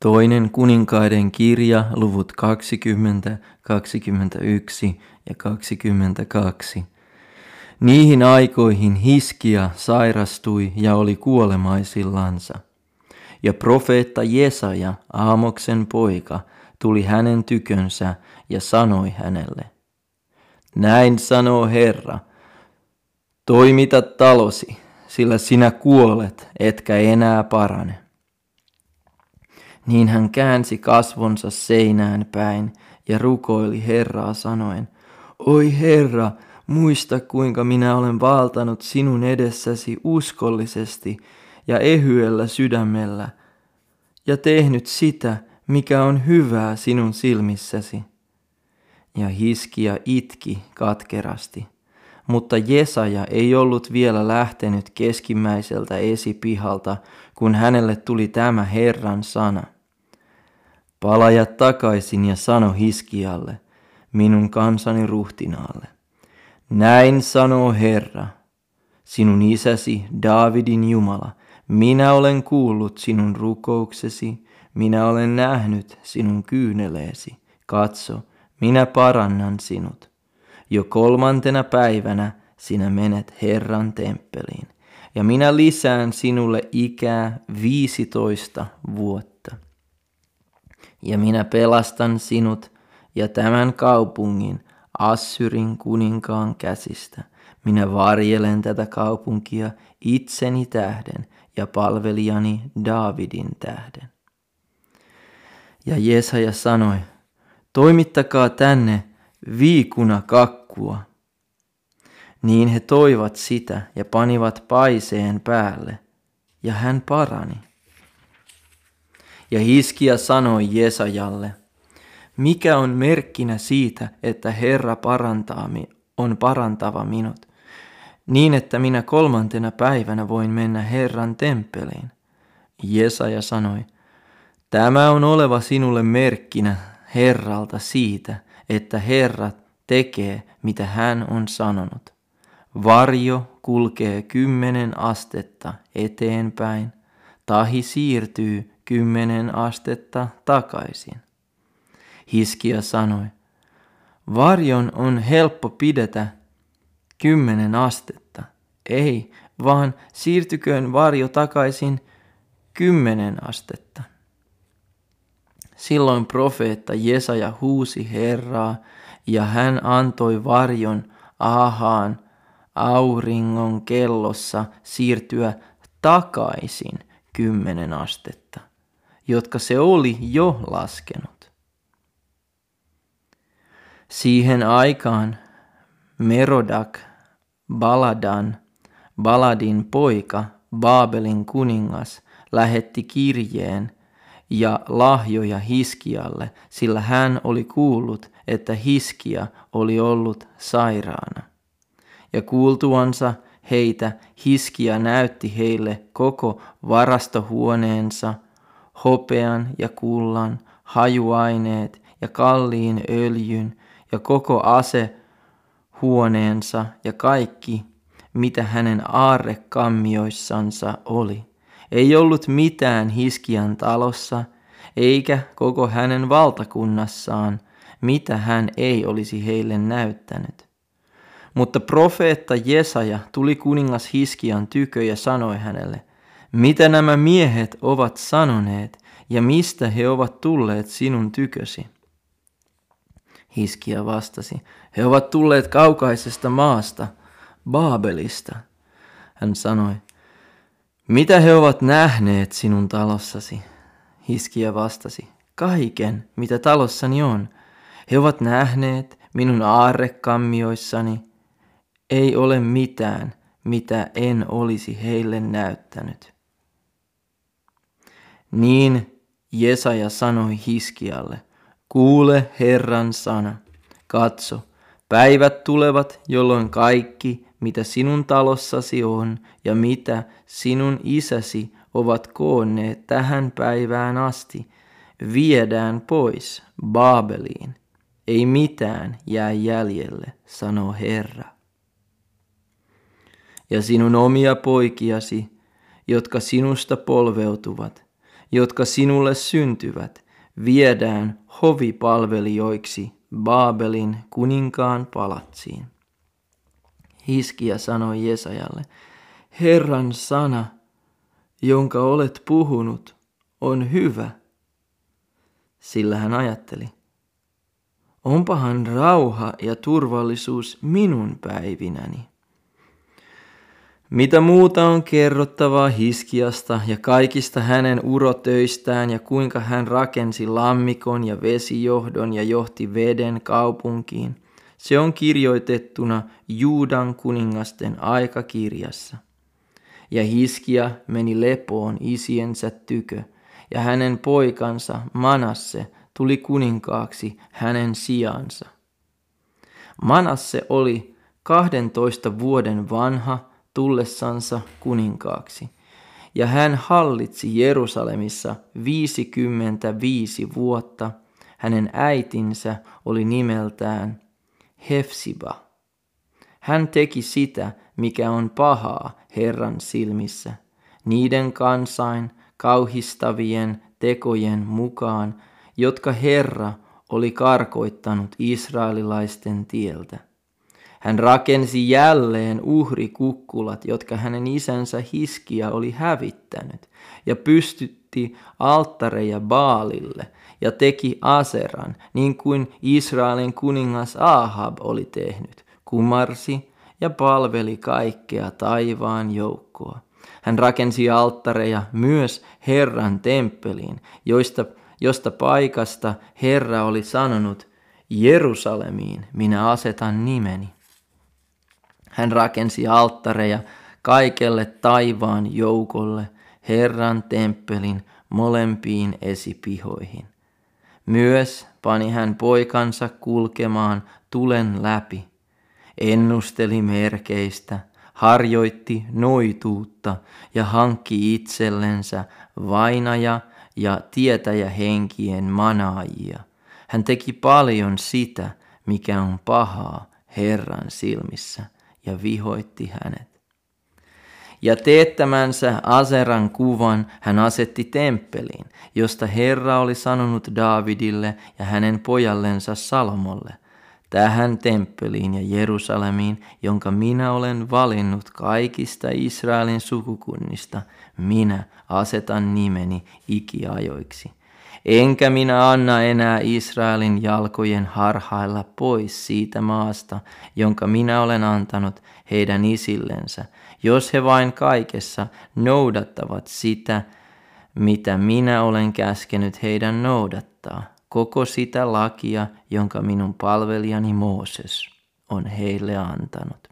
Toinen kuninkaiden kirja, luvut 20, 21 ja 22. Niihin aikoihin Hiskia sairastui ja oli kuolemaisillansa. Ja profeetta Jesaja, Aamoksen poika, tuli hänen tykönsä ja sanoi hänelle: Näin sanoo Herra, toimita talosi, sillä sinä kuolet, etkä enää parane. Niin hän käänsi kasvonsa seinään päin ja rukoili Herraa sanoen: Oi Herra, muista kuinka minä olen valtanut sinun edessäsi uskollisesti ja ehyellä sydämellä ja tehnyt sitä, mikä on hyvää sinun silmissäsi. Ja Hiskia itki katkerasti, mutta Jesaja ei ollut vielä lähtenyt keskimmäiseltä esipihalta, kun hänelle tuli tämä Herran sana. Palaja takaisin ja sano Hiskialle, minun kansani ruhtinaalle. Näin sanoo Herra, sinun isäsi Daavidin Jumala, minä olen kuullut sinun rukouksesi, minä olen nähnyt sinun kyyneleesi. Katso, minä parannan sinut. Jo 3. päivänä sinä menet Herran temppeliin, ja minä lisään sinulle ikää 15 vuotta. Ja minä pelastan sinut ja tämän kaupungin Assyrin kuninkaan käsistä. Minä varjelen tätä kaupunkia itseni tähden ja palvelijani Daavidin tähden. Ja Jesaja sanoi, toimittakaa tänne viikuna kakkua. Niin he toivat sitä ja panivat paiseen päälle, ja hän parani. Ja Hiskia sanoi Jesajalle, mikä on merkkinä siitä, että Herra on parantava minut, niin että minä 3. päivänä voin mennä Herran temppeliin? Jesaja sanoi, tämä on oleva sinulle merkkinä Herralta siitä, että Herra tekee, mitä hän on sanonut. Varjo kulkee 10 astetta eteenpäin, tahi siirtyy 10 astetta takaisin. Hiskia sanoi, varjon on helppo pidetä 10 astetta. Ei, vaan siirtyköön varjo takaisin 10 astetta. Silloin profeetta Jesaja huusi Herraa, ja hän antoi varjon Ahaan auringon kellossa siirtyä takaisin 10 astetta, jotka se oli jo laskenut. Siihen aikaan Merodak Baladin poika, Baabelin kuningas, lähetti kirjeen ja lahjoja Hiskialle, sillä hän oli kuullut, että Hiskia oli ollut sairaana. Ja kuultuansa heitä Hiskia näytti heille koko varastohuoneensa, hopean ja kullan, hajuaineet ja kalliin öljyn ja koko asehuoneensa ja kaikki, mitä hänen aarrekammioissansa oli. Ei ollut mitään Hiskian talossa, eikä koko hänen valtakunnassaan, mitä hän ei olisi heille näyttänyt. Mutta profeetta Jesaja tuli kuningas Hiskian tykö ja sanoi hänelle, mitä nämä miehet ovat sanoneet ja mistä he ovat tulleet sinun tykösi? Hiskia vastasi, he ovat tulleet kaukaisesta maasta, Baabelista. Hän sanoi, mitä he ovat nähneet sinun talossasi? Hiskia vastasi, kaiken, mitä talossani on. He ovat nähneet minun aarrekammioissani. Ei ole mitään, mitä en olisi heille näyttänyt. Niin Jesaja sanoi Hiskialle, kuule Herran sana. Katso, päivät tulevat, jolloin kaikki, mitä sinun talossasi on ja mitä sinun isäsi ovat koonneet tähän päivään asti, viedään pois Baabeliin. Ei mitään jää jäljelle, sanoo Herra. Ja sinun omia poikiasi, jotka sinusta polveutuvat, jotka sinulle syntyvät, viedään hovipalvelijoiksi Baabelin kuninkaan palatsiin. Hiskia sanoi Jesajalle, Herran sana, jonka olet puhunut, on hyvä. Sillä hän ajatteli, onpahan rauha ja turvallisuus minun päivinäni. Mitä muuta on kerrottavaa Hiskiasta ja kaikista hänen urotöistään ja kuinka hän rakensi lammikon ja vesijohdon ja johti veden kaupunkiin, se on kirjoitettuna Juudan kuningasten aikakirjassa. Ja Hiskia meni lepoon isiensä tykö, ja hänen poikansa Manasse tuli kuninkaaksi hänen sijansa. Manasse oli 12 vuoden vanha tullessansa kuninkaaksi, ja hän hallitsi Jerusalemissa 55 vuotta. Hänen äitinsä oli nimeltään Hefsiba. Hän teki sitä, mikä on pahaa Herran silmissä, niiden kansain kauhistavien tekojen mukaan, jotka Herra oli karkoittanut israelilaisten tieltä. Hän rakensi jälleen uhrikukkulat, jotka hänen isänsä Hiskia oli hävittänyt, ja pystytti alttareja Baalille, ja teki Aseran, niin kuin Israelin kuningas Ahab oli tehnyt, kumarsi ja palveli kaikkea taivaan joukkoa. Hän rakensi alttareja myös Herran temppeliin, josta paikasta Herra oli sanonut, Jerusalemiin minä asetan nimeni. Hän rakensi alttareja kaikelle taivaan joukolle Herran temppelin molempiin esipihoihin. Myös pani hän poikansa kulkemaan tulen läpi, ennusteli merkeistä, harjoitti noituutta ja hankki itsellensä vainaja ja tietäjähenkien manaajia. Hän teki paljon sitä, mikä on pahaa Herran silmissä, ja vihoitti hänet. Ja teettämänsä Aseran kuvan hän asetti temppeliin, josta Herra oli sanonut Daavidille ja hänen pojallensa Salomolle, tähän temppeliin ja Jerusalemiin, jonka minä olen valinnut kaikista Israelin sukukunnista, minä asetan nimeni ikiajoiksi. Enkä minä anna enää Israelin jalkojen harhailla pois siitä maasta, jonka minä olen antanut heidän isillensä, jos he vain kaikessa noudattavat sitä, mitä minä olen käskenyt heidän noudattaa, koko sitä lakia, jonka minun palvelijani Mooses on heille antanut.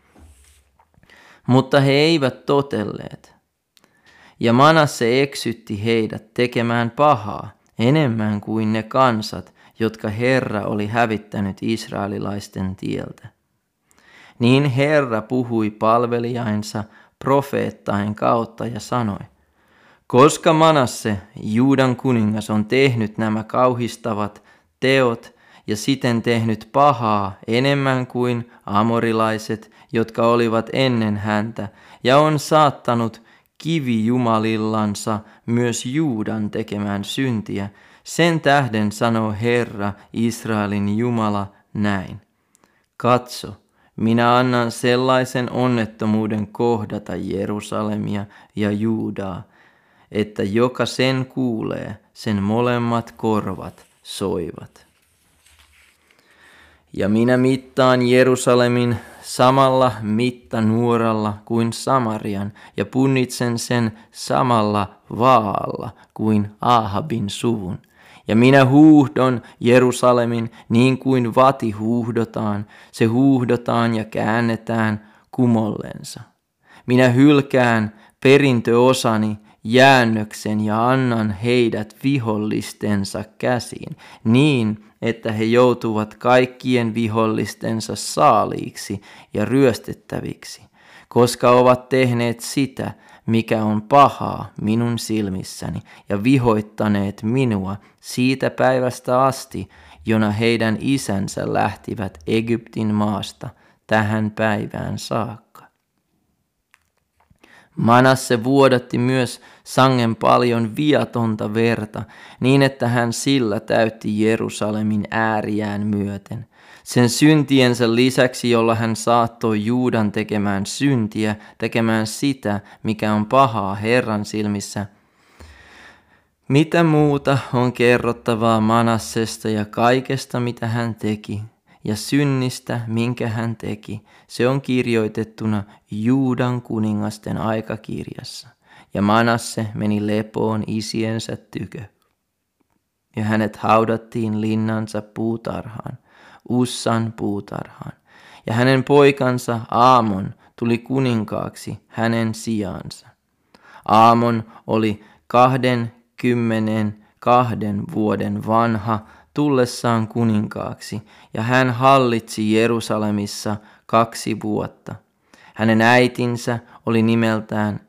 Mutta he eivät totelleet, ja Manasse eksytti heidät tekemään pahaa enemmän kuin ne kansat, jotka Herra oli hävittänyt israelilaisten tieltä. Niin Herra puhui palvelijainsa profeettaen kautta ja sanoi, koska Manasse, Juudan kuningas, on tehnyt nämä kauhistavat teot ja siten tehnyt pahaa enemmän kuin amorilaiset, jotka olivat ennen häntä, ja on saattanut kivijumalillansa myös Juudan tekemään syntiä, sen tähden sanoo Herra, Israelin Jumala, näin. Katso, minä annan sellaisen onnettomuuden kohdata Jerusalemia ja Juudaa, että joka sen kuulee, sen molemmat korvat soivat. Ja minä mittaan Jerusalemin samalla mittanuoralla kuin Samarian ja punnitsen sen samalla vaalla kuin Ahabin suvun. Ja minä huuhdon Jerusalemin niin kuin vati huuhdotaan, se huuhdotaan ja käännetään kumollensa. Minä hylkään perintöosani jäännöksen ja annan heidät vihollistensa käsiin, niin että he joutuvat kaikkien vihollistensa saaliiksi ja ryöstettäviksi, koska ovat tehneet sitä, mikä on pahaa minun silmissäni, ja vihoittaneet minua siitä päivästä asti, jona heidän isänsä lähtivät Egyptin maasta tähän päivään saakka. Manasse vuodatti myös sangen paljon viatonta verta, niin että hän sillä täytti Jerusalemin ääriään myöten. Sen syntiensä lisäksi, jolla hän saattoi Juudan tekemään syntiä, tekemään sitä, mikä on pahaa Herran silmissä. Mitä muuta on kerrottavaa Manassesta ja kaikesta, mitä hän teki, ja synnistä, minkä hän teki, se on kirjoitettuna Juudan kuningasten aikakirjassa. Ja Manasse meni lepoon isiensä tykö. Ja hänet haudattiin linnansa puutarhaan, Ussan puutarhaan. Ja hänen poikansa Aamon tuli kuninkaaksi hänen sijaansa. Aamon oli 22 vuoden vanha tullessaan kuninkaaksi, ja hän hallitsi Jerusalemissa 2 vuotta. Hänen äitinsä oli nimeltään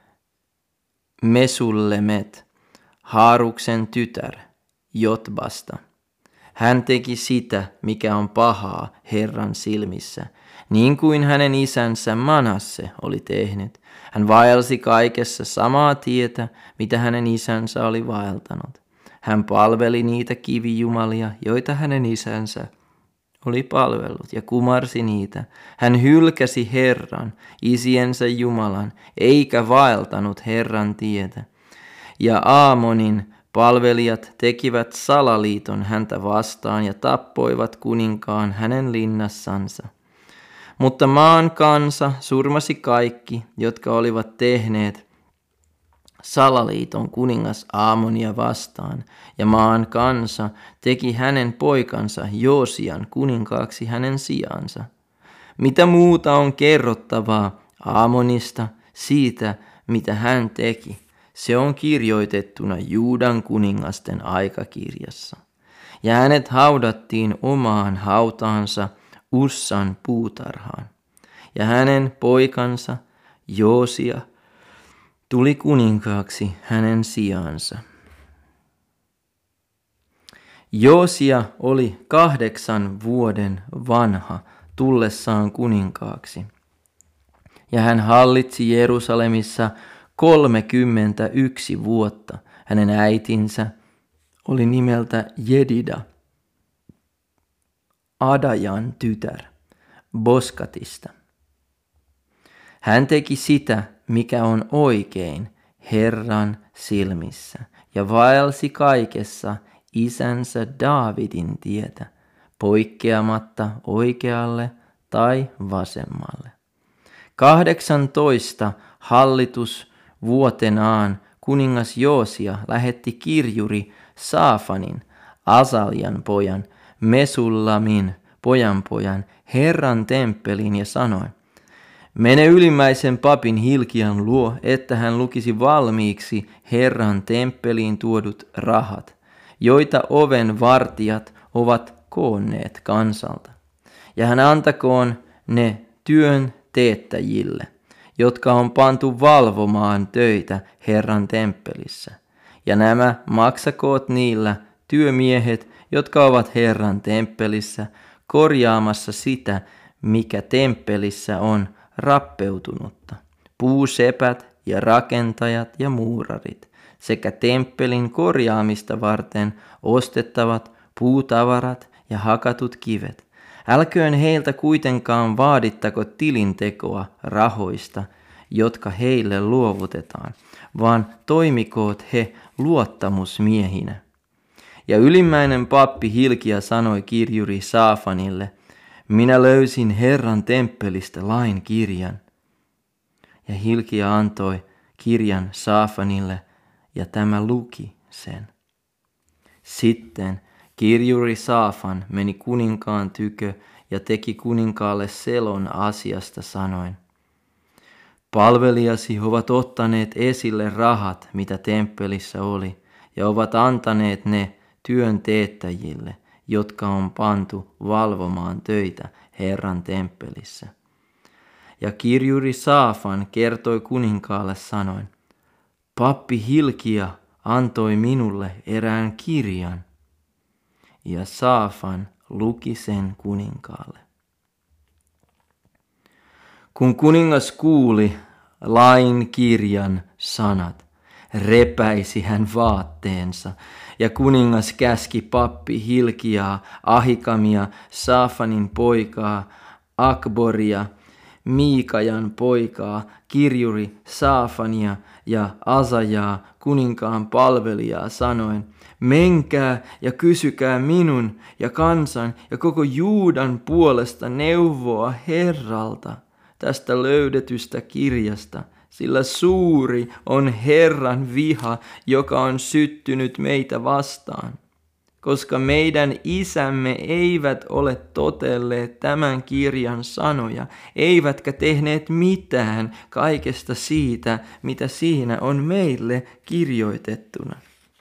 Mesullemet, Haaruksen tytär, Jotbasta. Hän teki sitä, mikä on pahaa Herran silmissä, niin kuin hänen isänsä Manasse oli tehnyt. Hän vaelsi kaikessa samaa tietä, mitä hänen isänsä oli vaeltanut. Hän palveli niitä kivijumalia, joita hänen isänsä oli palvellut, ja kumarsi niitä. Hän hylkäsi Herran, isiensä Jumalan, eikä vaeltanut Herran tietä. Ja Aamonin palvelijat tekivät salaliiton häntä vastaan ja tappoivat kuninkaan hänen linnassansa. Mutta maan kansa surmasi kaikki, jotka olivat tehneet salaliiton kuningas Aamonia vastaan, ja maan kansa teki hänen poikansa Joosian kuninkaaksi hänen sijaansa. Mitä muuta on kerrottavaa Aamonista, siitä mitä hän teki, se on kirjoitettuna Juudan kuningasten aikakirjassa. Ja hänet haudattiin omaan hautaansa Ussan puutarhaan. Ja hänen poikansa Joosia tuli kuninkaaksi hänen sijaansa. Joosia oli 8 vuoden vanha tullessaan kuninkaaksi. Ja hän hallitsi Jerusalemissa 31 vuotta. Hänen äitinsä oli nimeltä Jedida, Adajan tytär, Boskatista. Hän teki sitä, mikä on oikein Herran silmissä, ja vaelsi kaikessa isänsä Daavidin tietä, poikkeamatta oikealle tai vasemmalle. 18 hallitusvuotenaan kuningas Joosia lähetti kirjuri Saafanin, Asalian pojan, Mesullamin pojan Herran temppeliin ja sanoi: mene ylimmäisen papin Hilkian luo, että hän lukisi valmiiksi Herran temppeliin tuodut rahat, joita oven vartijat ovat koonneet kansalta. Ja hän antakoon ne työn teettäjille, jotka on pantu valvomaan töitä Herran temppelissä. Ja nämä maksakoot niillä työmiehet, jotka ovat Herran temppelissä, korjaamassa sitä, mikä temppelissä on rappeutunutta, puusepät ja rakentajat ja muurarit, sekä temppelin korjaamista varten ostettavat puutavarat ja hakatut kivet. Älköön heiltä kuitenkaan vaadittako tilintekoa rahoista, jotka heille luovutetaan, vaan toimikoot he luottamusmiehinä. Ja ylimmäinen pappi Hilkia sanoi kirjuri Saafanille: minä löysin Herran temppelistä lain kirjan. Ja Hilkia antoi kirjan Saafanille, ja tämä luki sen. Sitten kirjuri Saafan meni kuninkaan tykö ja teki kuninkaalle selon asiasta sanoen: palvelijasi ovat ottaneet esille rahat, mitä temppelissä oli, ja ovat antaneet ne työn teettäjille, jotka on pantu valvomaan töitä Herran temppelissä. Ja kirjuri Saafan kertoi kuninkaalle sanoen: pappi Hilkia antoi minulle erään kirjan. Ja Saafan luki sen kuninkaalle. Kun kuningas kuuli lain kirjan sanat. Repäisi hän vaatteensa, ja kuningas käski pappi Hilkiaa, Ahikamia, Saafanin poikaa, Akboria, Miikajan poikaa, kirjuri Saafania ja Asajaa, kuninkaan palvelijaa, sanoen, menkää ja kysykää minun ja kansan ja koko Juudan puolesta neuvoa Herralta tästä löydetystä kirjasta, sillä suuri on Herran viha, joka on syttynyt meitä vastaan. Koska meidän isämme eivät ole totelleet tämän kirjan sanoja, eivätkä tehneet mitään kaikesta siitä, mitä siinä on meille kirjoitettuna.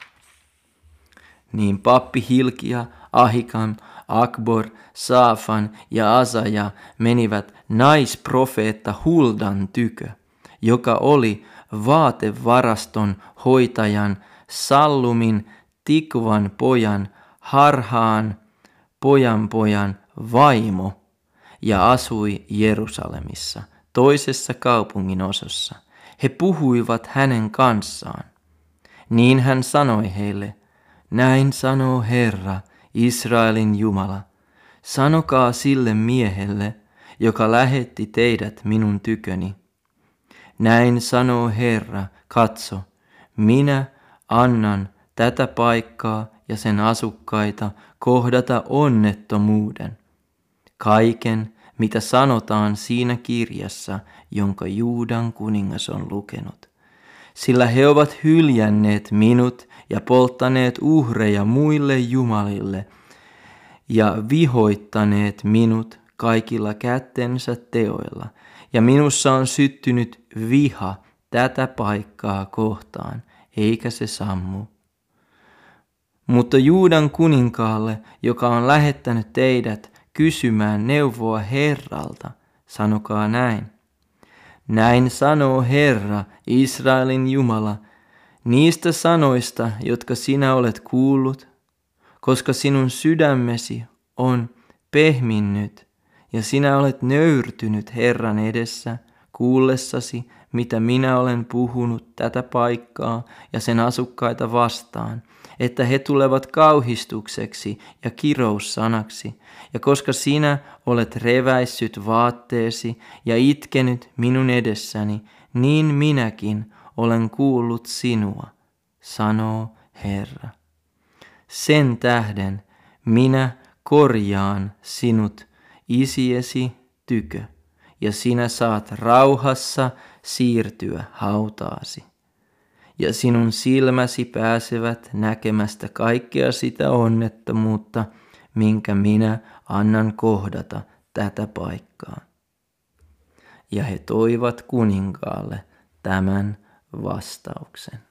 Niin pappi Hilkia, Ahikam, Akbor, Saafan ja Asaja menivät naisprofeetta Huldan tykö, joka oli vaatevaraston hoitajan Sallumin Tikvan pojan Harhaan pojan vaimo ja asui Jerusalemissa, toisessa kaupungin osassa. He puhuivat hänen kanssaan. Niin hän sanoi heille, näin sanoo Herra, Israelin Jumala, sanokaa sille miehelle, joka lähetti teidät minun tyköni. Näin sanoo Herra, katso, minä annan tätä paikkaa ja sen asukkaita kohdata onnettomuuden. Kaiken, mitä sanotaan siinä kirjassa, jonka Juudan kuningas on lukenut. Sillä he ovat hyljänneet minut ja polttaneet uhreja muille jumalille ja vihoittaneet minut kaikilla kättensä teoilla. Ja minussa on syttynyt viha tätä paikkaa kohtaan, eikä se sammu. Mutta Juudan kuninkaalle, joka on lähettänyt teidät kysymään neuvoa Herralta, sanokaa näin. Näin sanoo Herra, Israelin Jumala, niistä sanoista, jotka sinä olet kuullut, koska sinun sydämesi on pehminnyt ja sinä olet nöyrtynyt Herran edessä, kuullessasi, mitä minä olen puhunut tätä paikkaa ja sen asukkaita vastaan, että he tulevat kauhistukseksi ja kiroussanaksi, ja koska sinä olet reväissyt vaatteesi ja itkenyt minun edessäni, niin minäkin olen kuullut sinua, sanoo Herra. Sen tähden minä korjaan sinut isiesi tykö, ja sinä saat rauhassa siirtyä hautaasi. Ja sinun silmäsi pääsevät näkemästä kaikkea sitä onnettomuutta, minkä minä annan kohdata tätä paikkaa. Ja he toivat kuninkaalle tämän vastauksen.